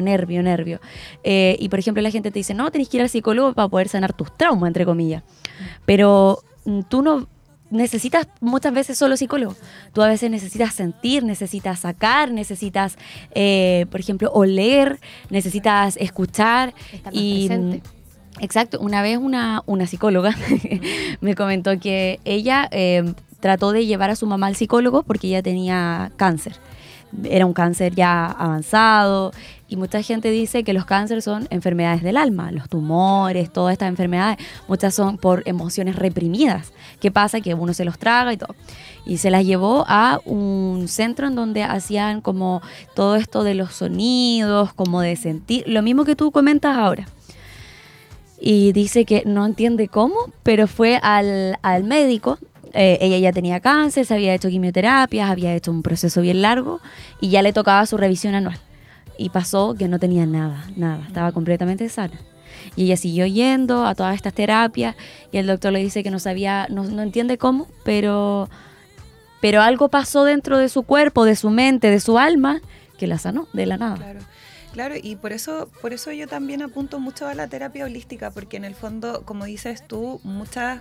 y por ejemplo la gente te dice, no, tenés que ir al psicólogo para poder sanar tus traumas, entre comillas, pero tú no necesitas muchas veces solo psicólogo. Tú a veces necesitas sentir, necesitas sacar, necesitas, por ejemplo, oler, necesitas escuchar. Estar más y presente. Exacto. Una vez una psicóloga me comentó que ella trató de llevar a su mamá al psicólogo porque ella tenía cáncer. Era un cáncer ya avanzado y mucha gente dice que los cánceres son enfermedades del alma, los tumores, todas estas enfermedades, muchas son por emociones reprimidas. ¿Qué pasa? Que uno se los traga y todo. Y se las llevó a un centro en donde hacían como todo esto de los sonidos, como de sentir, lo mismo que tú comentas ahora. Y dice que no entiende cómo, pero fue al médico. Ella ya tenía cáncer, se había hecho quimioterapias, había hecho un proceso bien largo y ya le tocaba su revisión anual. Y pasó que no tenía nada, estaba completamente sana. Y ella siguió yendo a todas estas terapias y el doctor le dice que no sabía, no entiende cómo, pero algo pasó dentro de su cuerpo, de su mente, de su alma, que la sanó de la nada. Claro, y por eso yo también apunto mucho a la terapia holística, porque en el fondo, como dices tú, muchas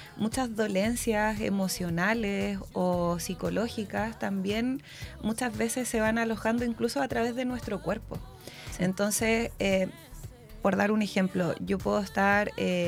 dolencias emocionales o psicológicas también muchas veces se van alojando incluso a través de nuestro cuerpo. Sí. Entonces, por dar un ejemplo, yo puedo estar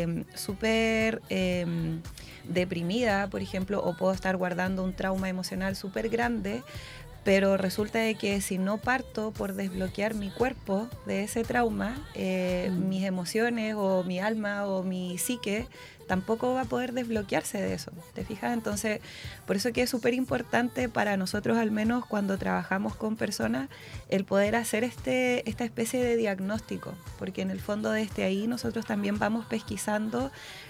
súper deprimida, por ejemplo, o puedo estar guardando un trauma emocional súper grande, pero resulta de que si no parto por desbloquear mi cuerpo de ese trauma, mis emociones o mi alma o mi psique tampoco va a poder desbloquearse de eso, ¿te fijas? Entonces, por eso que es súper importante para nosotros, al menos cuando trabajamos con personas, el poder hacer esta especie de diagnóstico, porque en el fondo desde ahí nosotros también vamos pesquisando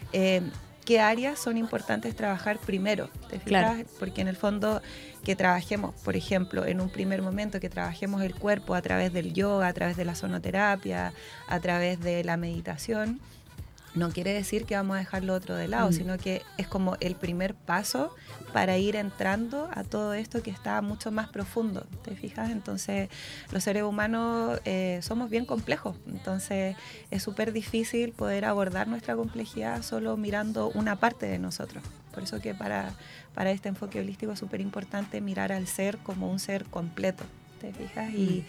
qué áreas son importantes trabajar primero, ¿te fijas? Claro. Porque en el fondo que trabajemos, por ejemplo, en un primer momento, que trabajemos el cuerpo a través del yoga, a través de la sonoterapia, a través de la meditación, no quiere decir que vamos a dejar lo otro de lado, sino que es como el primer paso para ir entrando a todo esto que está mucho más profundo, ¿te fijas? Entonces, los seres humanos somos bien complejos, entonces es súper difícil poder abordar nuestra complejidad solo mirando una parte de nosotros. Por eso que para este enfoque holístico es súper importante mirar al ser como un ser completo, ¿te fijas?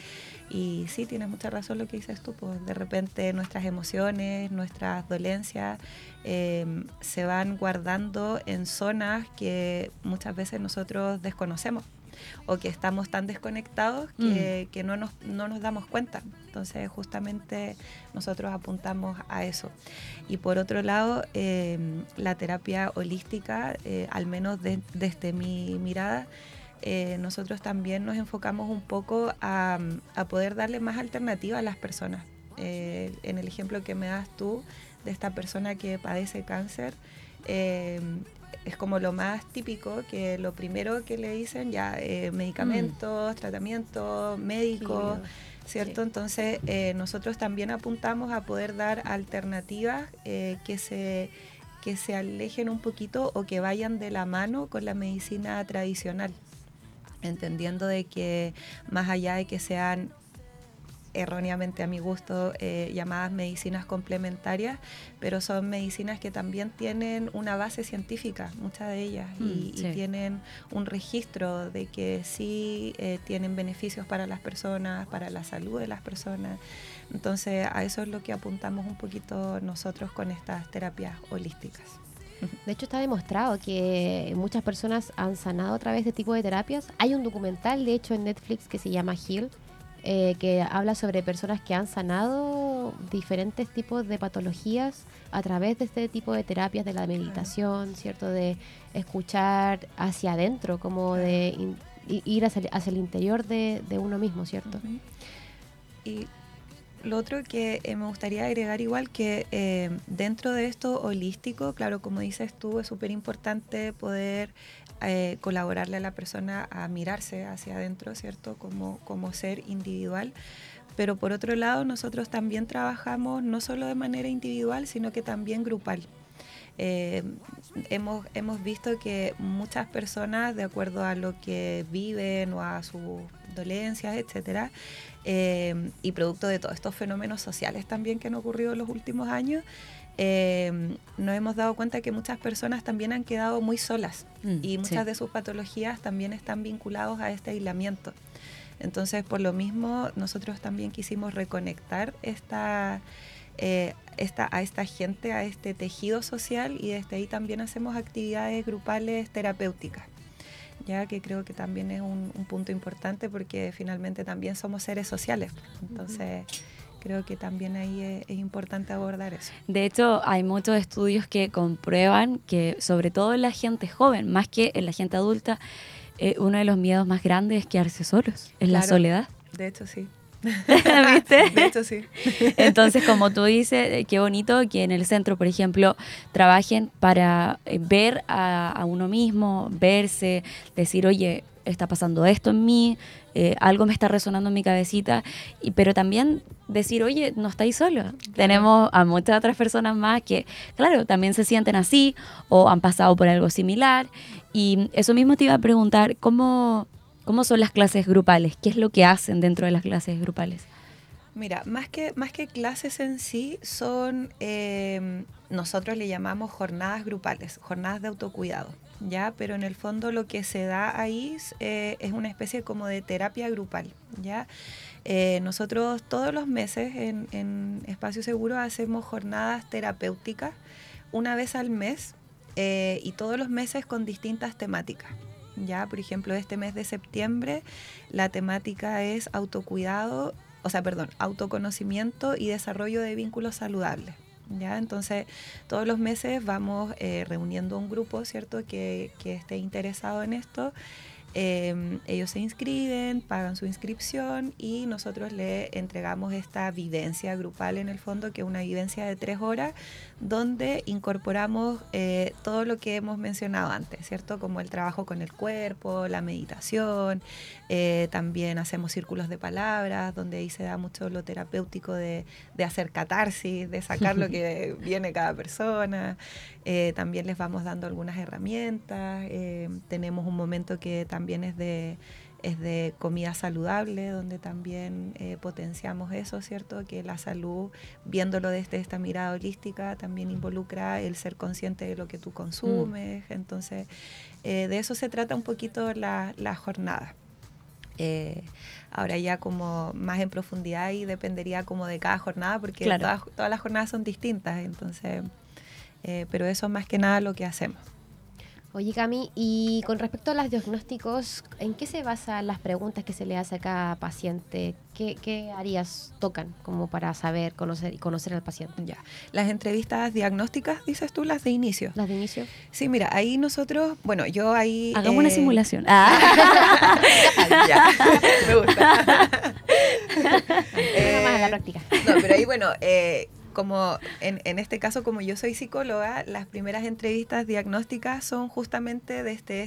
Y sí, tienes mucha razón lo que dices tú, pues de repente nuestras emociones, nuestras dolencias se van guardando en zonas que muchas veces nosotros desconocemos o que estamos tan desconectados que no nos damos cuenta. Entonces justamente nosotros apuntamos a eso. Y por otro lado, la terapia holística, al menos desde mi mirada, nosotros también nos enfocamos un poco a poder darle más alternativa a las personas. En el ejemplo que me das tú de esta persona que padece cáncer, es como lo más típico, que lo primero que le dicen ya medicamentos, tratamientos médicos, ¿cierto? Sí. Entonces nosotros también apuntamos a poder dar alternativas que se alejen un poquito o que vayan de la mano con la medicina tradicional, entendiendo de que más allá de que sean erróneamente a mi gusto llamadas medicinas complementarias, pero son medicinas que también tienen una base científica, muchas de ellas, y tienen un registro de que sí tienen beneficios para las personas, para la salud de las personas. Entonces a eso es lo que apuntamos un poquito nosotros con estas terapias holísticas. De hecho, está demostrado que muchas personas han sanado a través de este tipo de terapias. Hay un documental, de hecho, en Netflix que se llama Heal, que habla sobre personas que han sanado diferentes tipos de patologías a través de este tipo de terapias, de la meditación, ¿cierto? De escuchar hacia adentro, como de ir hacia el interior de uno mismo, ¿cierto? Y lo otro que me gustaría agregar igual que dentro de esto holístico, claro, como dices tú, es súper importante poder colaborarle a la persona a mirarse hacia adentro, ¿cierto? Como ser individual. Pero por otro lado, nosotros también trabajamos no solo de manera individual, sino que también grupal. Hemos visto que muchas personas, de acuerdo a lo que viven o a sus dolencias, etcétera, y producto de todos estos fenómenos sociales también que han ocurrido en los últimos años, nos hemos dado cuenta que muchas personas también han quedado muy solas y muchas de sus patologías también están vinculados a este aislamiento. Entonces, por lo mismo, nosotros también quisimos reconectar a esta gente, a este tejido social, y desde ahí también hacemos actividades grupales terapéuticas, ya que creo que también es un punto importante porque finalmente también somos seres sociales. Entonces, creo que también ahí es importante abordar eso. De hecho, hay muchos estudios que comprueban que, sobre todo en la gente joven, más que en la gente adulta, uno de los miedos más grandes es quedarse solos, es la soledad. De hecho, sí. ¿Viste? De hecho, sí. Entonces, como tú dices, qué bonito que en el centro, por ejemplo, trabajen para ver a uno mismo, verse, decir, oye, está pasando esto en mí, algo me está resonando en mi cabecita, pero también decir, oye, no estáis solos. Tenemos a muchas otras personas más que, claro, también se sienten así o han pasado por algo similar. Y eso mismo te iba a preguntar, ¿cómo son las clases grupales? ¿Qué es lo que hacen dentro de las clases grupales? Mira, más que clases en sí, son, nosotros le llamamos jornadas grupales, jornadas de autocuidado, ¿ya? Pero en el fondo lo que se da ahí es una especie como de terapia grupal, ¿ya? Nosotros todos los meses en Espacio Seguro hacemos jornadas terapéuticas una vez al mes y todos los meses con distintas temáticas. Ya, por ejemplo, este mes de septiembre la temática es autoconocimiento y desarrollo de vínculos saludables. ¿Ya? Entonces, todos los meses vamos reuniendo un grupo, ¿cierto?, que esté interesado en esto. Ellos se inscriben, pagan su inscripción y nosotros le entregamos esta vivencia grupal en el fondo, que es una vivencia de 3 horas, donde incorporamos todo lo que hemos mencionado antes, ¿cierto? Como el trabajo con el cuerpo, la meditación, también hacemos círculos de palabras, donde ahí se da mucho lo terapéutico de hacer catarsis, de sacar lo que viene cada persona. También les vamos dando algunas herramientas. Tenemos un momento que también es de comida saludable, donde también potenciamos eso, ¿cierto? Que la salud, viéndolo desde esta mirada holística, también involucra el ser consciente de lo que tú consumes. Entonces, de eso se trata un poquito la jornada. Ahora ya como más en profundidad y dependería como de cada jornada, porque claro, todas las jornadas son distintas, entonces, pero eso es más que nada lo que hacemos. Oye, Cami, y con respecto a los diagnósticos, ¿en qué se basan las preguntas que se le hace a cada paciente? ¿Qué áreas tocan como para saber, conocer al paciente? Ya. Las entrevistas diagnósticas, dices tú, las de inicio. ¿Las de inicio? Sí, mira, ahí nosotros, bueno, yo ahí... Hagamos una simulación. Ya, me gusta. Más a la práctica. No, pero ahí, bueno... como en este caso, como yo soy psicóloga, las primeras entrevistas diagnósticas son justamente desde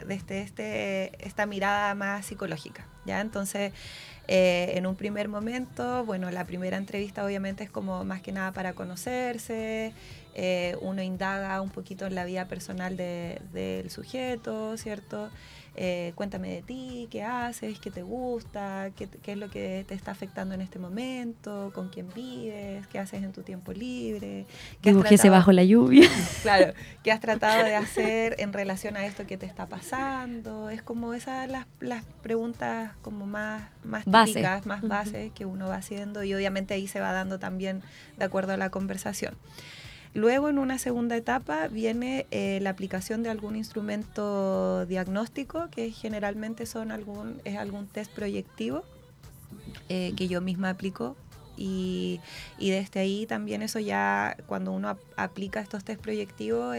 esta mirada más psicológica, ¿ya? Entonces, en un primer momento, bueno, la primera entrevista obviamente es como más que nada para conocerse, uno indaga un poquito en la vida personal del sujeto, ¿cierto? Cuéntame de ti, qué haces, qué te gusta, qué es lo que te está afectando en este momento, con quién vives, qué haces en tu tiempo libre. Dibujese bajo la lluvia. Claro, qué has tratado de hacer en relación a esto que te está pasando. Es como esas las preguntas como más típicas, más bases que uno va haciendo, y obviamente ahí se va dando también de acuerdo a la conversación. Luego, en una segunda etapa, viene la aplicación de algún instrumento diagnóstico, que generalmente es algún test proyectivo que yo misma aplico. Y desde ahí también eso ya, cuando uno aplica estos test proyectivos,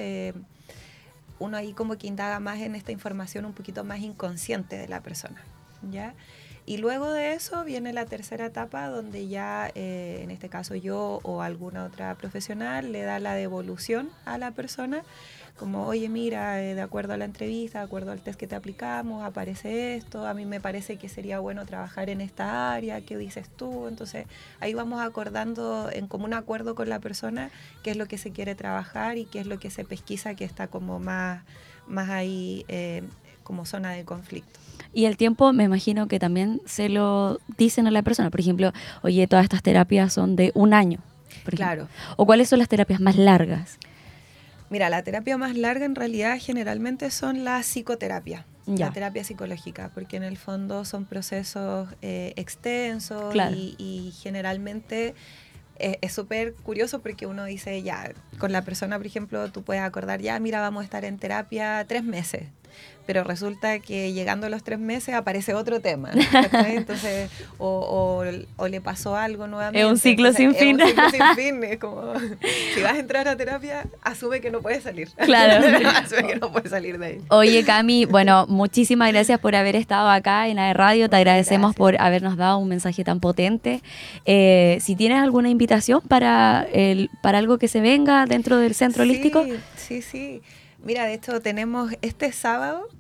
uno ahí como que indaga más en esta información un poquito más inconsciente de la persona, ¿ya? Y luego de eso viene la tercera etapa, donde ya, en este caso yo o alguna otra profesional, le da la devolución a la persona, como, oye, mira, de acuerdo a la entrevista, de acuerdo al test que te aplicamos, aparece esto, a mí me parece que sería bueno trabajar en esta área, ¿qué dices tú? Entonces, ahí vamos acordando en común acuerdo con la persona qué es lo que se quiere trabajar y qué es lo que se pesquisa, que está como más ahí como zona de conflicto. Y el tiempo, me imagino que también se lo dicen a la persona. Por ejemplo, oye, todas estas terapias son de 1 año. Claro. ¿O cuáles son las terapias más largas? Mira, la terapia más larga en realidad generalmente son la psicoterapia, la terapia psicológica, porque en el fondo son procesos extensos, claro, y generalmente es súper curioso porque uno dice, ya, con la persona, por ejemplo, tú puedes acordar, ya, mira, vamos a estar en terapia 3 meses. Pero resulta que llegando a los 3 meses aparece otro tema, ¿cachai? Entonces, o le pasó algo nuevamente. Es un ciclo sin fin. Es un ciclo sin fin. Es como, si vas a entrar a terapia, asume que no puedes salir. Claro. Asume que no puedes salir de ahí. Oye, Cami, bueno, muchísimas gracias por haber estado acá en AE Radio. Te agradecemos por habernos dado un mensaje tan potente. Si tienes alguna invitación para algo que se venga dentro del Centro Holístico. Sí. Mira, de hecho tenemos este sábado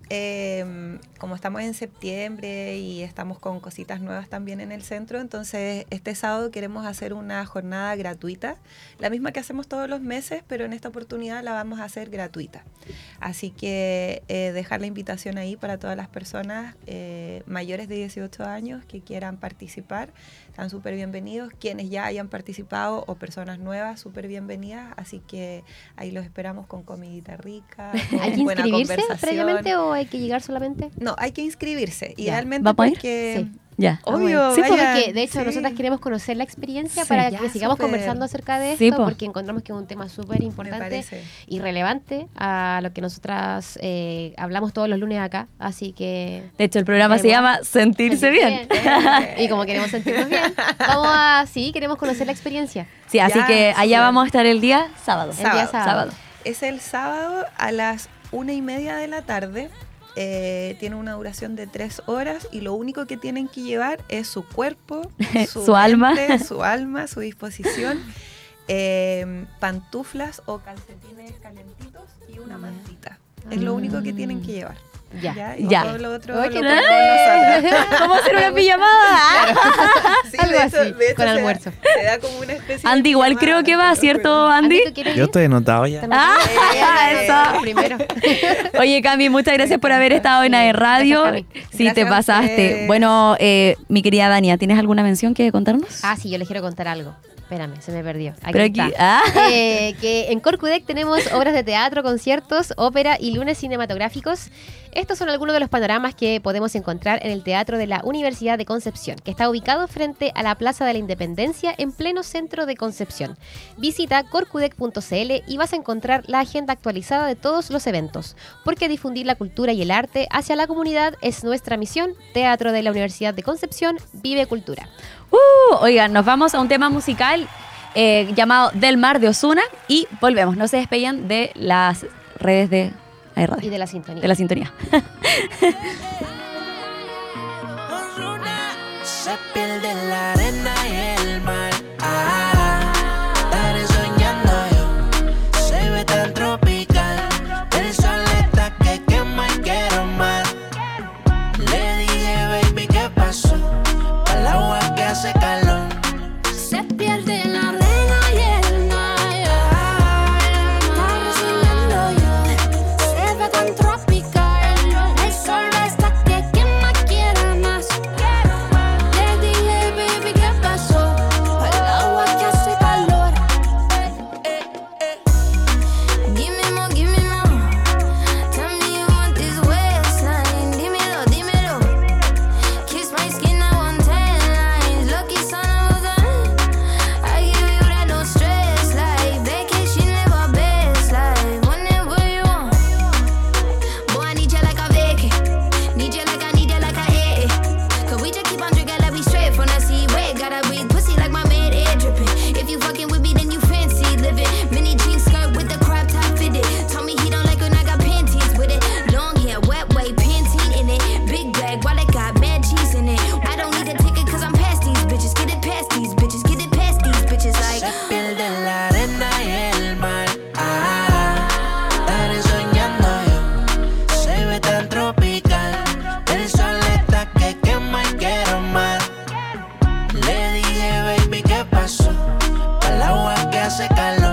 como estamos en septiembre y estamos con cositas nuevas también en el centro, entonces este sábado queremos hacer una jornada gratuita, la misma que hacemos todos los meses, pero en esta oportunidad la vamos a hacer gratuita. Así que dejar la invitación ahí para todas las personas mayores de 18 años que quieran participar. Están súper bienvenidos. Quienes ya hayan participado o personas nuevas, súper bienvenidas. Así que ahí los esperamos con comidita rica, con ¿Hay que buena inscribirse conversación. previamente o hay que llegar solamente? No, hay que inscribirse. Ya. Idealmente ¿Vamos a ir? porque... Sí. Ya. Obvio, Sí, vaya, porque de hecho sí. nosotras queremos conocer la experiencia Sí. para Ya, que sigamos súper. conversando acerca de Sí, esto, po. porque encontramos que es un tema súper Me importante parece. y relevante a lo que nosotras hablamos todos los lunes acá, así que... De hecho, el programa se llama Sentirse Bien. Y como queremos sentirnos bien, queremos conocer la experiencia. Sí, así Ya, que allá súper. vamos a estar el día sábado. El día sábado. Es el sábado a las 1:30 de la tarde. Tiene una duración de 3 horas y lo único que tienen que llevar es su cuerpo, Su alma. mente, su alma, su disposición, pantuflas o calcetines calentitos y una mantita. Es lo único que tienen que llevar. Ya. Y Ya. todo lo otro Oye, lo qué ponemos tal. nosotras. ¿Cómo hacer una pijamada? Sí, Algo de hecho- así, de hecho con se da- almuerzo. Se da como una especie de Andy igual pijamada, creo que va, pero ¿cierto, Andy? ¿tú quieres Yo ir? estoy anotado ya. Eso. Primero. Oye, Cami, muchas gracias por haber estado en AE Radio. Gracias, Cami. Sí, te Gracias a pasaste. ustedes. Bueno, mi querida Dania, ¿tienes alguna mención que contarnos? Ah, sí, yo les quiero contar algo. Espérame, se me perdió. Pero aquí, está. Que en Corcudec tenemos obras de teatro, conciertos, ópera y lunes cinematográficos. Estos son algunos de los panoramas que podemos encontrar en el Teatro de la Universidad de Concepción, que está ubicado frente a la Plaza de la Independencia en pleno centro de Concepción. Visita corcudec.cl y vas a encontrar la agenda actualizada de todos los eventos, porque difundir la cultura y el arte hacia la comunidad es nuestra misión. Teatro de la Universidad de Concepción, vive cultura. Oigan, nos vamos a un tema musical llamado Del Mar de Ozuna y volvemos. No se despeguen de las redes de AE Radio. Y de la sintonía. De la sintonía. Se pierde en la arena y el mar. Estaré soñando yo. Se ve tan tropical. El sol está que quema y quiero más. Le dije, baby, ¿qué pasó? El agua que hace calor. Se pierde en la arena y el mar. Estaré soñando yo. Se ve tan tropical. El sol está que quema, quiere más. Le dije, baby, ¿qué pasó? El agua que hace calor. Give me more. Tell me you want this waistline. Dímelo, dímelo. Kiss my skin, I want 10 lines. Lucky son of a gun. I give you that no stress life. Vacation, live our best life. Whenever you want. Boy, I need you like a vacay. Need you like a eh. Cause we just keep on drinking like we straight from the sea. Wait, gotta breathe pussy like my maid air dripping. If you fucking with me, then you fancy living. Mini jean skirt with the crop top fitted. Told me he don't like when I got panties with it. Long hair, wet way, Pantene in it. Big bag, while it got mad cheese in it. I don't need a ticket cause I'm past these bitches. Get it past these bitches. Get it past these bitches like. Se pierde en la arena y el mar. Estaré soñando yo. Se ve tan tropical. El sol está que quema y quiero más. Le dije, baby, ¿qué pasó? El agua que hace calor.